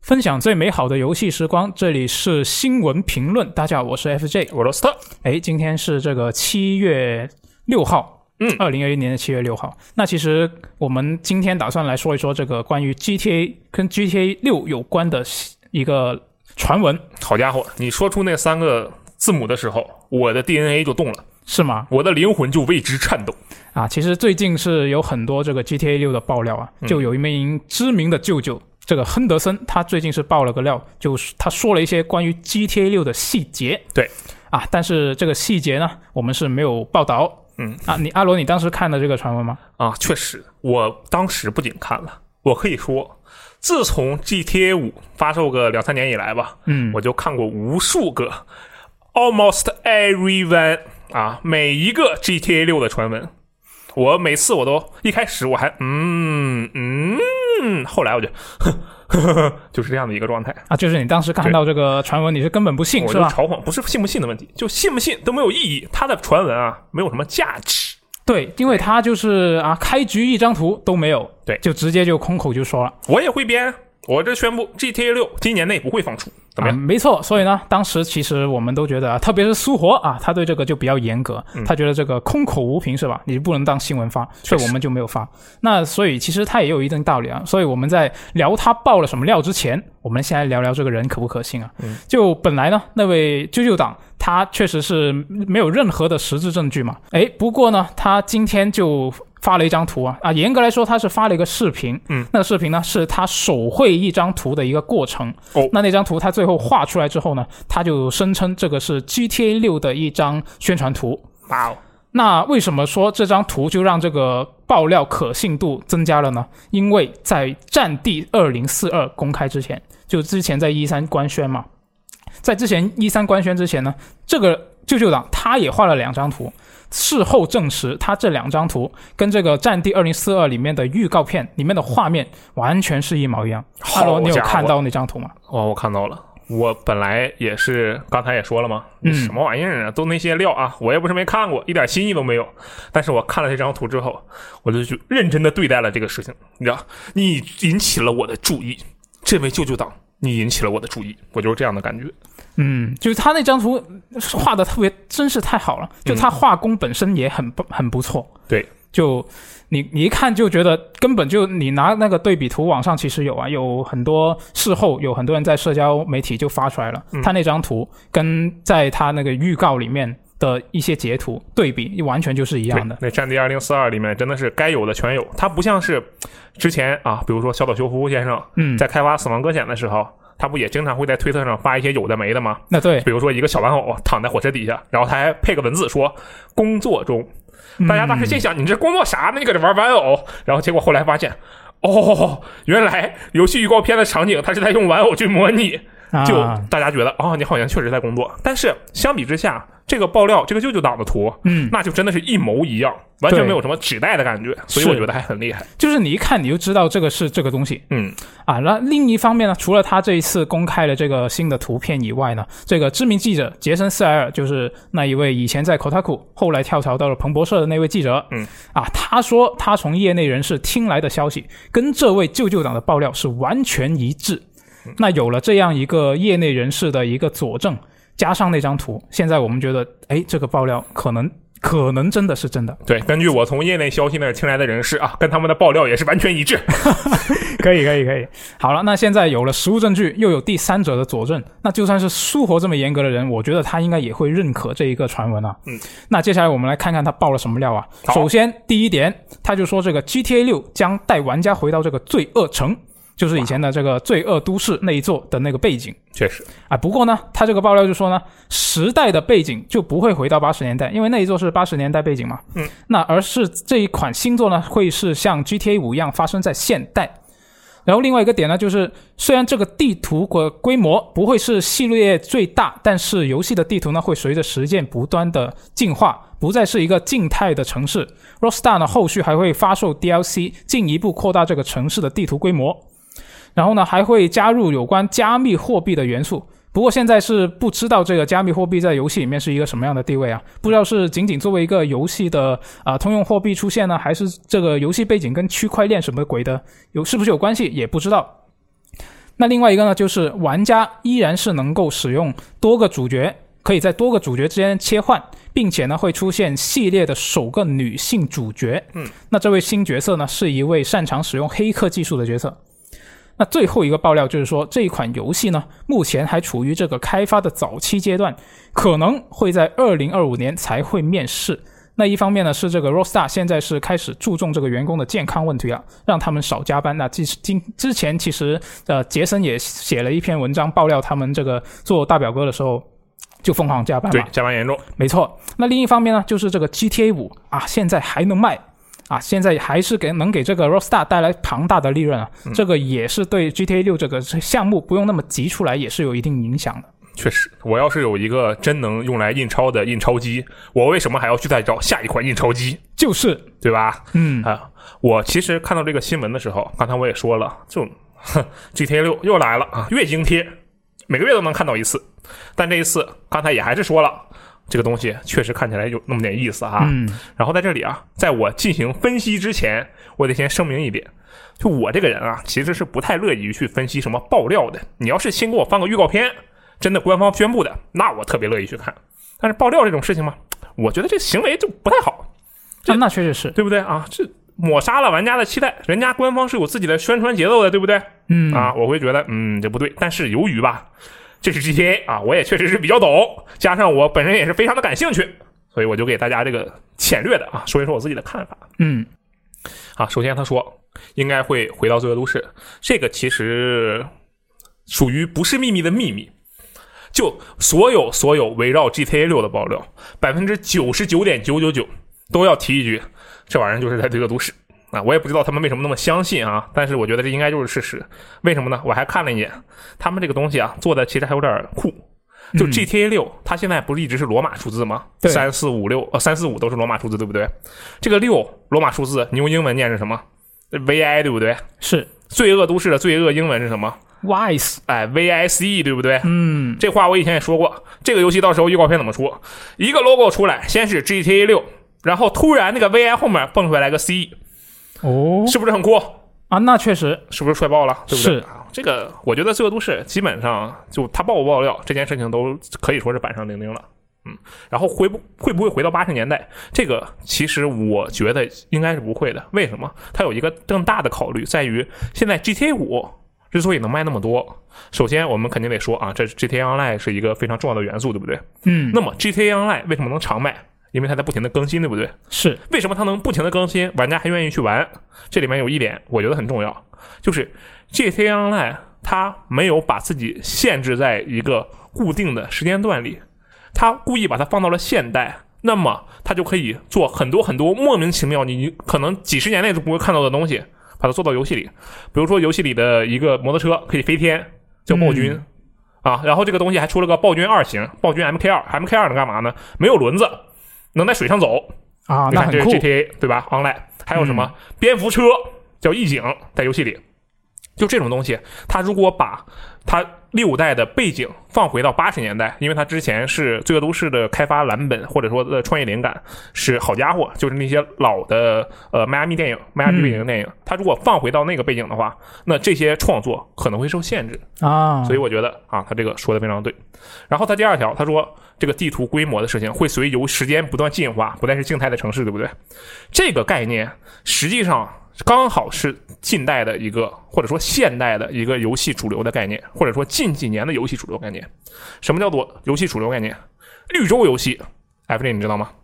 分享最美好的游戏时光，这里是新闻评论。大家好，我是 FJ， 我罗斯特。 今天是这个7月6号，2021年的7月6号。那其实我们今天打算来说一说这个关于 GTA 跟 GTA 6有关的一个传闻。 好家伙，你说出那3个字母的时候，我的 DNA 就动了， 是吗？ 我的灵魂就为之颤抖啊！其实最近是有很多这个 GTA 6的爆料啊，就有一名知名的舅舅。这个亨德森他最近是爆了个料，就是他说了一些关于 GTA 6的细节。 对啊，但是这个细节呢，我们是没有报道。阿罗，你当时看了这个传闻吗？ 啊，确实，我当时不仅看了，我可以说，自从 GTA 5发售个2-3年以来吧，我就看过无数个 almost everyone 啊，每一个 GTA 6的传闻。我每次我都一开始我还后来我就就是这样的一个状态啊，就是你当时看到这个传闻，你是根本不信，是吧？ 我就嘲讽，不是信不信的问题，就信不信都没有意义，他的传闻啊没有什么价值。 对，因为他就是啊，开局一张图都没有， 对， 就直接就空口就说了。 我也会编，我这宣布 GTA 6今年内不会放出。怎么样？ 没错，所以呢，当时其实我们都觉得啊，特别是苏活啊，他对这个就比较严格，他觉得这个空口无凭是吧？你不能当新闻发，所以我们就没有发。那所以其实他也有一定道理啊。所以我们在聊他爆了什么料之前，我们先来聊聊这个人可不可信啊？就本来呢，那位啾啾党他确实是没有任何的实质证据嘛。不过呢，他今天就发了一张图啊，严格来说他是发了一个视频，那个视频呢是他手绘一张图的一个过程。那张图他最后画出来之后呢，他就声称这个是 GTA 6的一张宣传图。 哇！ 那为什么说这张图就让这个爆料可信度增加了呢？因为在战地2042公开之前，就之前在E3官宣嘛，在之前E3官宣之前呢，这个舅舅党他也画了2张图。事后证实，他这2张图跟这个《战地2042》里面的预告片里面的画面完全是一模一样。哈罗，你有看到那张图吗？ 我看到了。我本来也是，刚才也说了嘛，什么玩意儿啊，都那些料啊，我也不是没看过，一点新意都没有。但是我看了这张图之后，我就去认真的对待了这个事情。你知道，你引起了我的注意，这位舅舅党，你引起了我的注意，我就是这样的感觉。 就是他那张图画的特别，真是太好了。就他画工本身也很不错。 对， 就你一看就觉得根本就你拿那个对比图，网上其实有很多事后有很多人在社交媒体就发出来了，他那张图跟在他那个预告里面的一些截图对比完全就是一样的。 那战地2042里面真的是该有的全有，它不像是之前啊，比如说小岛秀夫先生在开发死亡搁浅的时候，他不也经常会在推特上发一些有的没的吗？ 那对， 比如说一个小玩偶躺在火车底下，然后他还配个文字说工作中。大家当时心想，你这工作啥呢？你搁这玩玩偶？然后结果后来发现，原来游戏预告片的场景他是在用玩偶去模拟，就大家觉得你好像确实在工作。但是相比之下，这个爆料这个舅舅党的图那就真的是一模一样，完全没有什么指代的感觉，所以我觉得还很厉害。 就是你一看你就知道这个是这个东西。那另一方面呢，除了他这一次公开了这个新的图片以外呢，这个知名记者杰森·斯莱尔，就是那一位以前在 Kotaku 后来跳槽到了彭博社的那位记者，他说他从业内人士听来的消息跟这位舅舅党的爆料是完全一致。那有了这样一个业内人士的一个佐证，加上那张图，现在我们觉得这个爆料可能真的是真的。 对，根据我从业内消息呢听来的人士啊，跟他们的爆料也是完全一致。 可以。好了，那现在有了实物证据，又有第三者的佐证，那就算是苏活这么严格的人，我觉得他应该也会认可这一个传闻啊。那接下来我们来看看他爆了什么料啊。首先第一点，他就说这个 GTA 6将带玩家回到这个罪恶城，就是以前的这个罪恶都市那一座的那个背景。 确实不过呢，他这个爆料就说呢，时代的背景就不会回到80年代，因为那一座是80年代背景嘛。那而是这一款新作呢，会是像 GTA 5一样发生在现代。然后另外一个点呢，就是虽然这个地图的规模不会是系列最大，但是游戏的地图呢会随着时间不断的进化，不再是一个静态的城市。Rockstar 呢后续还会发售 DLC， 进一步扩大这个城市的地图规模。然后呢，还会加入有关加密货币的元素。不过现在是不知道这个加密货币在游戏里面是一个什么样的地位啊？不知道是仅仅作为一个游戏的通用货币出现呢，还是这个游戏背景跟区块链什么鬼的是不是有关系，也不知道。 那另外一个呢，就是玩家依然是能够使用多个主角，可以在多个主角之间切换，并且呢会出现系列的首个女性主角。那这位新角色呢是一位擅长使用黑客技术的角色。那最后一个爆料就是说，这一款游戏呢目前还处于这个开发的早期阶段，可能会在2025年才会面世。那一方面呢是这个 Rockstar 现在是开始注重这个员工的健康问题了，让他们少加班。那之前其实杰森也写了一篇文章爆料他们这个做大表哥的时候就疯狂加班嘛， 对，加班严重， 没错。那另一方面呢就是这个 GTA 5啊现在还能卖啊，现在还是能给这个 Rockstar 带来庞大的利润啊，这个也是对 GTA 6这个项目不用那么急出来也是有一定影响的。 确实，我要是有一个真能用来印钞的印钞机，我为什么还要去再找下一款印钞机？ 就是对吧？我其实看到这个新闻的时候，刚才我也说了，就GTA 6又来了啊，月经贴，每个月都能看到一次。但这一次，刚才也还是说了，这个东西确实看起来有那么点意思哈。然后在这里啊，在我进行分析之前，我得先声明一点，就我这个人啊，其实是不太乐意于去分析什么爆料的。你要是先给我放个预告片，真的官方宣布的，那我特别乐意去看。但是爆料这种事情嘛，我觉得这行为就不太好。 那确实是， 对不对啊？这抹杀了玩家的期待，人家官方是有自己的宣传节奏的，对不对？我会觉得这不对。但是由于吧，这是 GTA 啊，我也确实是比较懂，加上我本身也是非常的感兴趣，所以我就给大家这个浅略的啊说一说我自己的看法。首先他说应该会回到罪恶都市，这个其实属于不是秘密的秘密。就所有围绕 GTA 6的爆料 99.999% 都要提一句，这玩意儿就是在罪恶都市啊！我也不知道他们为什么那么相信啊，但是我觉得这应该就是事实。为什么呢？我还看了一眼，他们这个东西啊做的其实还有点酷。就 GTA 6它现在不是一直是罗马数字吗？3、4、5、6 3、4、5都是罗马数字，对不对？这个6罗马数字你用英文念是什么？ VI 对不对？ 是。 罪恶都市的罪恶英文是什么？Vice， VICE 对不对？这话我以前也说过。这个游戏到时候预告片怎么出？一个 logo 出来，先是 GTA 6，然后突然那个 VI 后面蹦出来个 CE， 是不是很酷啊？那确实， 是不是帅爆了？对不对？ 是这个，我觉得罪恶都市基本上就他爆不爆料这件事情都可以说是板上钉钉了。然后会不会回到80年代？这个其实我觉得应该是不会的。为什么？它有一个更大的考虑在于，现在 GTA 5之所以能卖那么多，首先我们肯定得说啊，这 GTA Online 是一个非常重要的元素，对不对？那么 GTA Online 为什么能常卖？因为它在不停的更新，对不对？ 是。为什么它能不停的更新，玩家还愿意去玩？这里面有一点我觉得很重要，就是 GTA Online 它没有把自己限制在一个固定的时间段里，它故意把它放到了现代，那么它就可以做很多很多莫名其妙你可能几十年内都不会看到的东西，把它做到游戏里。比如说游戏里的一个摩托车可以飞天，叫暴君然后这个东西还出了个暴君2型，暴君 MK2 能干嘛呢？没有轮子，能在水上走啊，那很酷。 这是 GTA 对吧 Online 还有什么蝙蝠车叫义警，在游戏里。就这种东西，它如果把它6代的背景放回到80年代，因为它之前是罪恶都市的开发蓝本或者说的创业灵感是好家伙，就是那些老的迈阿密背景电影，它如果放回到那个背景的话，那这些创作可能会受限制啊。所以我觉得啊，他这个说的非常对。然后他第二条，他说这个地图规模的事情会随由时间不断进化，不再是静态的城市，对不对？这个概念实际上刚好是近代的一个或者说现代的一个游戏主流的概念，或者说近几年的游戏主流概念。什么叫做游戏主流概念？绿洲游戏 FJ 你知道吗？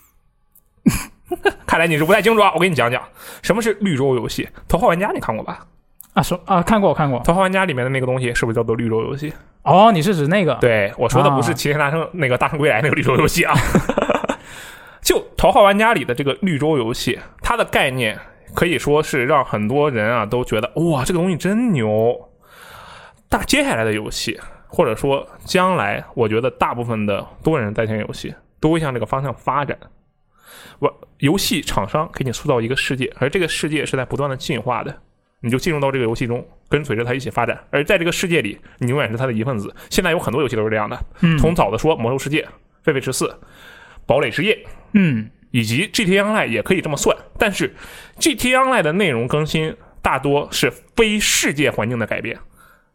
看来你是不太清楚啊，我给你讲讲什么是绿洲游戏。头号玩家你看过吧？ 看过。 头号玩家里面的那个东西是不是叫做绿洲游戏？ 哦，你是指那个？ 对，我说的不是齐天大圣那个大圣归来那个绿洲游戏啊。就头号玩家里的这个绿洲游戏，它的概念可以说是让很多人啊都觉得哇，这个东西真牛。但接下来的游戏，或者说将来，我觉得大部分的多人在线游戏都会向这个方向发展。游戏厂商给你塑造一个世界，而这个世界是在不断的进化的，你就进入到这个游戏中，跟随着它一起发展。而在这个世界里，你永远是它的一份子。现在有很多游戏都是这样的，从早的说魔兽世界、狒狒14、堡垒之夜，以及 GTA Online 也可以这么算。但是 GTA Online 的内容更新大多是非世界环境的改变，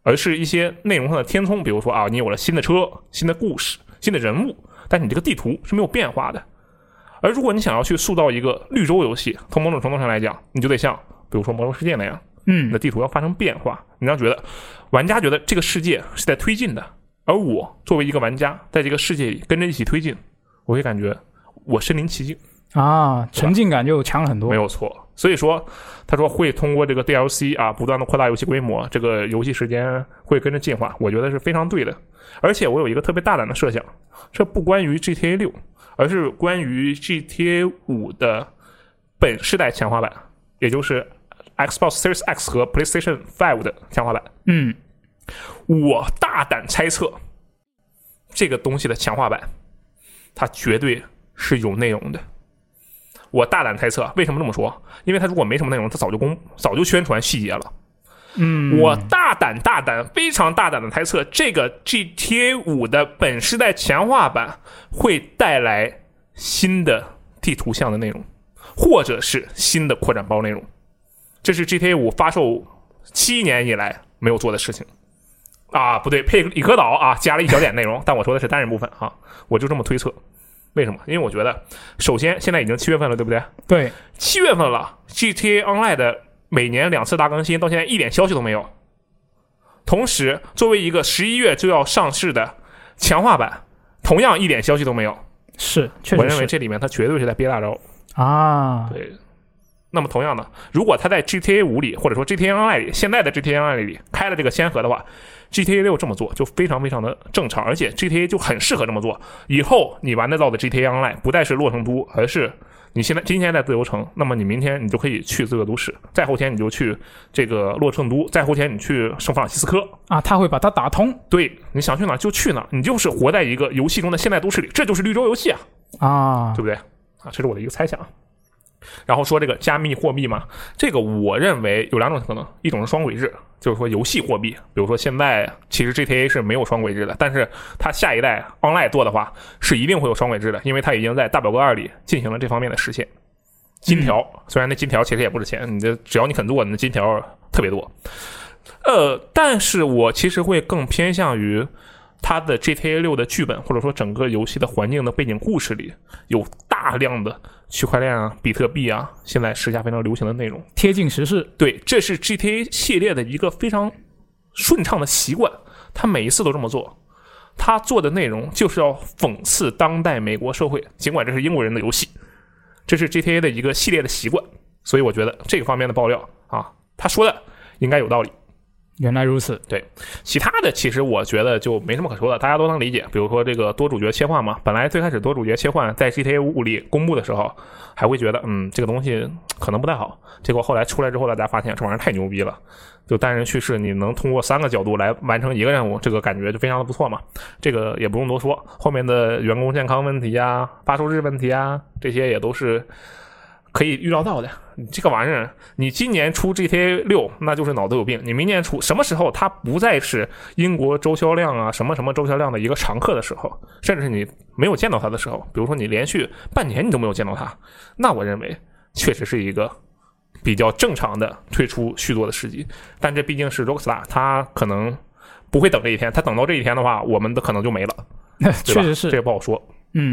而是一些内容上的填充，比如说啊，你有了新的车、新的故事、新的人物，但你这个地图是没有变化的。而如果你想要去塑造一个绿洲游戏，从某种程度上来讲，你就得像比如说魔兽世界那样，你的地图要发生变化，你要觉得玩家觉得这个世界是在推进的，而我作为一个玩家在这个世界里跟着一起推进，我会感觉我身临其境啊，沉浸感就强了很多。 没有错。所以说他说会通过这个 DLC 啊，不断的扩大游戏规模，这个游戏时间会跟着进化，我觉得是非常对的。而且我有一个特别大胆的设想，这不关于 GTA 6，而是关于 GTA 5的本世代强化版，也就是 Xbox Series X 和 PlayStation 5的强化版。我大胆猜测这个东西的强化版它绝对是有内容的。我大胆猜测，为什么这么说？因为它如果没什么内容，它早就宣传细节了。我大胆非常大胆的猜测，这个 GTA 5的本世代强化版会带来新的地图项的内容，或者是新的扩展包内容。这是 GTA 5发售7年以来没有做的事情啊，不对，佩里克岛啊加了一小点内容，但我说的是单人部分啊，我就这么推测。为什么？因为我觉得，首先现在已经7月份了，对不对？ 对 ，7月份了 ，GTA Online 的每年2次大更新，到现在一点消息都没有。同时，作为一个11月就要上市的强化版，同样一点消息都没有。 是，确实是。 我认为这里面它绝对是在憋大招啊。 对。那么同样的，如果它在 GTA 5里，或者说 GTA Online 里，现在的 GTA Online 里开了这个先河的话，GTA 6这么做就非常非常的正常，而且 GTA 就很适合这么做。以后你玩得到的 GTA Online 不再是洛城都，而是你今天在自由城，那么你明天你就可以去罪恶都市，再后天你就去这个洛城都，再后天你去圣弗朗西斯科啊，他会把它打通。 对，你想去哪就去哪，你就是活在一个游戏中的现代都市里，这就是绿洲游戏啊，对不对啊？这是我的一个猜想。然后说这个加密货币嘛，这个我认为有2种可能，一种是双轨制，就是说游戏货币，比如说现在其实 GTA 是没有双轨制的，但是它下一代 Online 做的话是一定会有双轨制的，因为它已经在大表哥2里进行了这方面的实现。金条，虽然那金条其实也不是钱，只要你肯做，你的金条特别多。但是我其实会更偏向于它的 GTA 6的剧本，或者说整个游戏的环境的背景故事里有大量的区块链啊、比特币啊，现在时下非常流行的内容， 贴近时事。 对，这是 GTA 系列的一个非常顺畅的习惯，他每一次都这么做。他做的内容就是要讽刺当代美国社会，尽管这是英国人的游戏，这是 GTA 的一个系列的习惯。所以我觉得这个方面的爆料啊，他说的应该有道理。 原来如此。 对，其他的其实我觉得就没什么可说的，大家都能理解。比如说这个多主角切换嘛，本来最开始多主角切换在 GTA 5里公布的时候还会觉得这个东西可能不太好，结果后来出来之后大家发现这玩意儿太牛逼了，就单人叙事你能通过3个角度来完成一个任务，这个感觉就非常的不错嘛。这个也不用多说，后面的员工健康问题啊、发售日问题啊，这些也都是可以预料到的。你这个玩意儿，你今年出 GTA 6那就是脑子有病，你明年出什么时候它不再是英国周销量啊什么什么周销量的一个常客的时候，甚至是你没有见到它的时候，比如说你连续半年你都没有见到它，那我认为确实是一个比较正常的推出续作的时机。但这毕竟是 Rockstar， 它可能不会等这一天，它等到这一天的话，我们的可能就没了。 确实是， 这也不好说。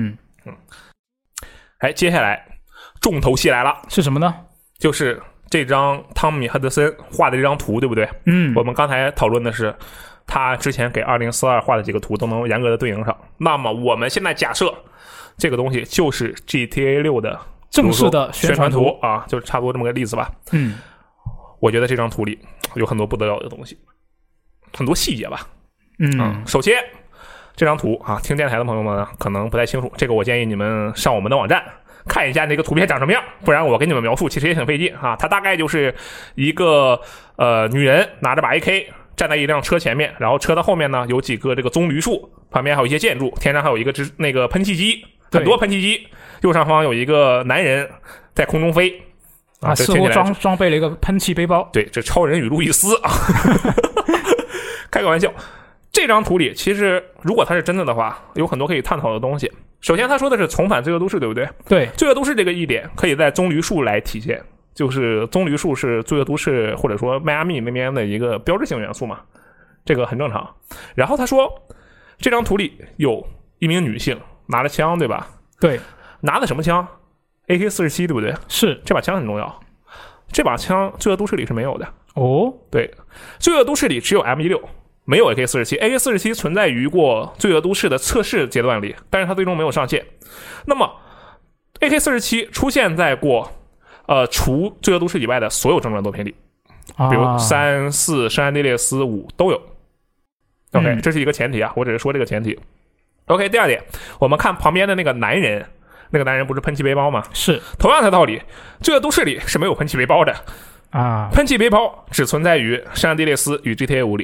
接下来重头戏来了， 是什么呢？ 就是这张汤米·汉德森画的这张图，对不对？我们刚才讨论的是他之前给2042画的几个图都能严格的对应上。那么我们现在假设这个东西就是 GTA 6的正式的宣传图啊，就差不多这么个例子吧。我觉得这张图里有很多不得了的东西，很多细节吧。首先这张图啊，听电台的朋友们可能不太清楚，这个我建议你们上我们的网站看一下那个图片长什么样，不然我给你们描述其实也挺费劲啊。它大概就是一个女人拿着把 AK 站在一辆车前面，然后车的后面呢有几个这个棕榈树，旁边还有一些建筑，天上还有一个那个喷气机，很多喷气机，右上方有一个男人在空中飞啊， 似乎装备了一个喷气背包。 对，这超人与路易斯啊，开个玩笑。这张图里其实如果它是真的的话，有很多可以探讨的东西。首先他说的是重返罪恶都市，对不对？ 对， 罪恶都市这个一点可以在棕榈树来体现，就是棕榈树是罪恶都市或者说迈阿密那边的一个标志性元素嘛。 这个很正常。然后他说，这张图里有一名女性拿着枪，对吧？ 对， 拿的什么枪 ？AK-47，对不对？ 是， 这把枪很重要。这把枪《罪恶都市》里是没有的。 哦， 对，《罪恶都市》里只有 M16，没有 AK-47。AK-47 存在于过《罪恶都市》的测试阶段里，但是它最终没有上线。那么 AK-47 出现在过除《罪恶都市》以外的所有正传作品里，比如3、4、圣安地列斯5都有。OK，这是一个前提啊，我只是说这个前提。OK， 第二点，我们看旁边的那个男人。那个男人不是喷气背包吗？ 是， 同样的道理，这个都市里是没有喷气背包的啊， 喷气背包只存在于圣安地列斯与 GTA 5里。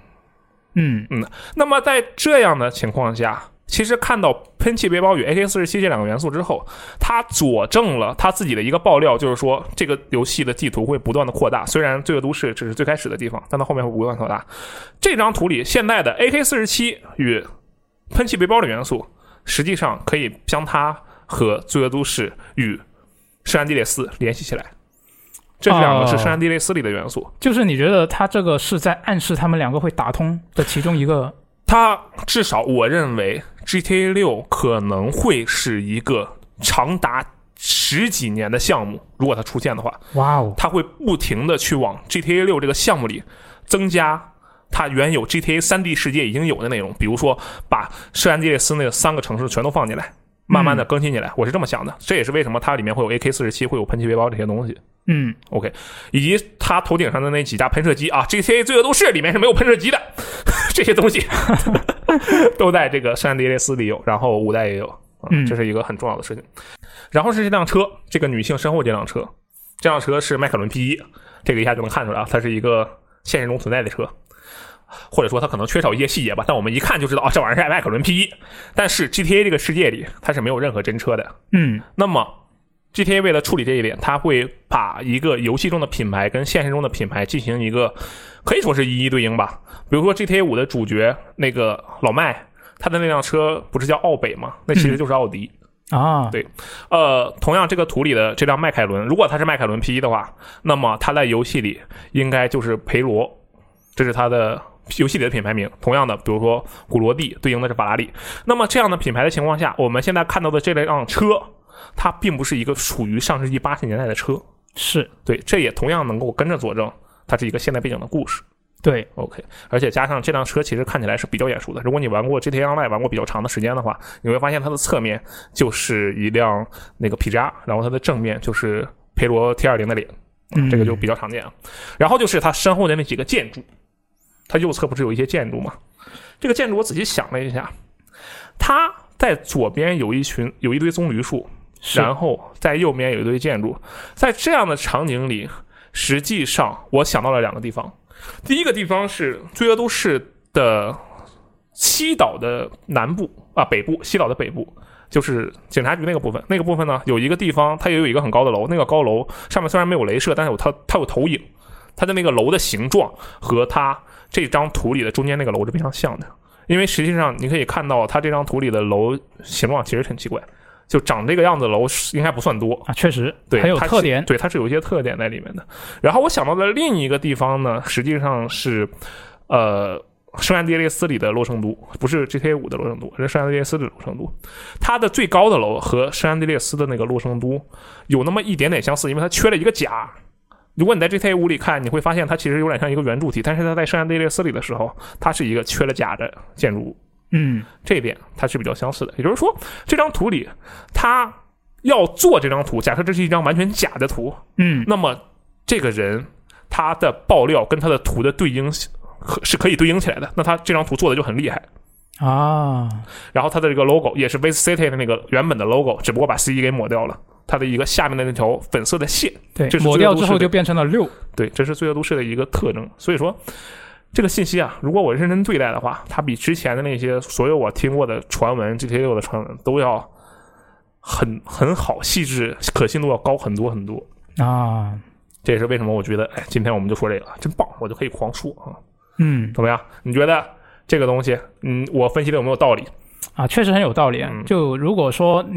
那么在这样的情况下，其实看到喷气背包与 AK-47 这两个元素之后，他佐证了他自己的一个爆料，就是说这个游戏的地图会不断的扩大，虽然罪恶都市只是最开始的地方，但它后面会不断扩大。这张图里现在的 AK-47 与喷气背包的元素，实际上可以将它和罪恶都市与圣安地列斯联系起来，这两个是圣安地列斯里的元素。 就是你觉得他这个是在暗示他们两个会打通的其中一个？ 他至少我认为 GTA 6可能会是一个长达10几年的项目，如果它出现的话。 哇哦， 他会不停的去往 GTA 6这个项目里增加它原有 GTA 3D 世界已经有的内容，比如说把圣安地列斯那3个城市全都放进来，慢慢的更新起来，我是这么想的。这也是为什么它里面会有 AK-47， 会有喷气背包这些东西。OK， 以及它头顶上的那几架喷射机啊 ，GTA 罪恶都市里面是没有喷射机的，这些东西都在这个圣安地列斯里有，然后5代也有，这是一个很重要的事情。然后是这辆车，这个女性身后这辆车，这辆车是迈凯伦 P1， 这个一下就能看出来啊，它是一个现实中存在的车。或者说它可能缺少一些细节吧，但我们一看就知道这玩意儿是迈凯伦 P1。但是 GTA 这个世界里它是没有任何真车的。那么 GTA 为了处理这一点，它会把一个游戏中的品牌跟现实中的品牌进行一个可以说是一一对应吧。比如说 GTA 5的主角那个老麦，他的那辆车不是叫奥北吗？那其实就是奥迪。对，同样这个图里的这辆迈凯伦，如果它是迈凯伦 P1 的话，那么它在游戏里应该就是培罗，这是它的游戏里的品牌名。同样的，比如说古罗蒂对应的是法拉利。那么这样的品牌的情况下，我们现在看到的这辆车，它并不是一个属于上世纪80年代的车。 是， 对，这也同样能够跟着佐证它是一个现代背景的故事。 对 ，OK， 而且加上这辆车其实看起来是比较眼熟的。如果你玩过 GTA Online 玩过比较长的时间的话，你会发现它的侧面就是一辆那个皮扎，然后它的正面就是佩罗 T20 的脸，这个就比较常见。然后就是它身后的那几个建筑，它右侧不是有一些建筑吗？这个建筑我仔细想了一下，它在左边有一堆棕榈树，然后在右边有一堆建筑。在这样的场景里，实际上我想到了两个地方。第一个地方是罪恶都市的西岛的南部啊，北部，西岛的北部，就是警察局那个部分。那个部分呢，有一个地方它也有一个很高的楼，那个高楼上面虽然没有镭射，但是它有投影，它的那个楼的形状和它这张图里的中间那个楼是非常像的。因为实际上你可以看到它这张图里的楼形状其实很奇怪，就长这个样子的楼应该不算多啊，确实， 对， 很有特点， 对，它是有一些特点在里面的。然后我想到的另一个地方呢，实际上是圣安地列斯里的洛圣都，不是 GTA 5的洛圣都，是圣安地列斯的洛圣都。它的最高的楼和圣安地列斯的那个洛圣都有那么一点点相似，因为它缺了一个甲。如果你在 GTA 5里看，你会发现它其实有点像一个圆柱体，但是它在圣安地列斯里的时候，它是一个缺了甲的建筑物。这一点它是比较相似的。也就是说，这张图里他要做这张图，假设这是一张完全假的图，那么这个人他的爆料跟他的图的对应是可以对应起来的，那他这张图做的就很厉害啊。 然后他的这个 logo 也是 Vice City 的那个原本的 logo， 只不过把 C 给抹掉了，它的一个下面的那条粉色的线， 对，抹掉之后就变成了6。对， 这是罪恶都市的一个特征。所以说这个信息啊，如果我认真对待的话，它比之前的那些所有我听过的传闻 GTA 6的传闻都要很好，细致，可信度要高很多很多啊。这也是为什么我觉得今天我们就说这个真棒，我就可以狂说啊。怎么样？你觉得这个东西我分析的有没有道理啊？ 确实很有道理。就如果说你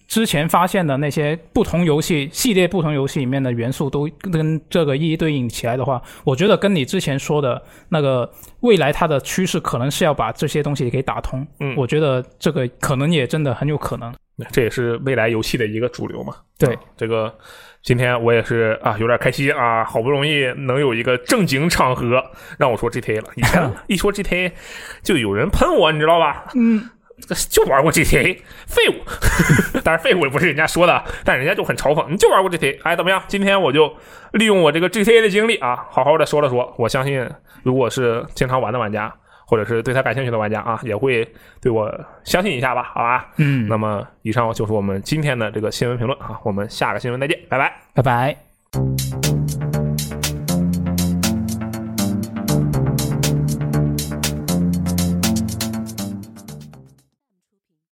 之前发现的那些不同游戏系列、不同游戏里面的元素都跟这个一一对应起来的话，我觉得跟你之前说的那个未来它的趋势可能是要把这些东西给打通。我觉得这个可能也真的很有可能。 这也是未来游戏的一个主流嘛。 对， 这个今天我也是啊，有点开心啊，好不容易能有一个正经场合让我说 GTA 了。以前一说 GTA 就有人喷我，你知道吧？就玩过 GTA， 废物。当然废物也不是人家说的，但人家就很嘲讽，你就玩过 GTA。哎，怎么样？今天我就利用我这个 GTA 的经历啊，好好的说了说。我相信，如果是经常玩的玩家，或者是对他感兴趣的玩家啊，也会对我相信一下吧，好吧？那么以上就是我们今天的这个新闻评论啊，我们下个新闻再见，拜拜， 拜拜。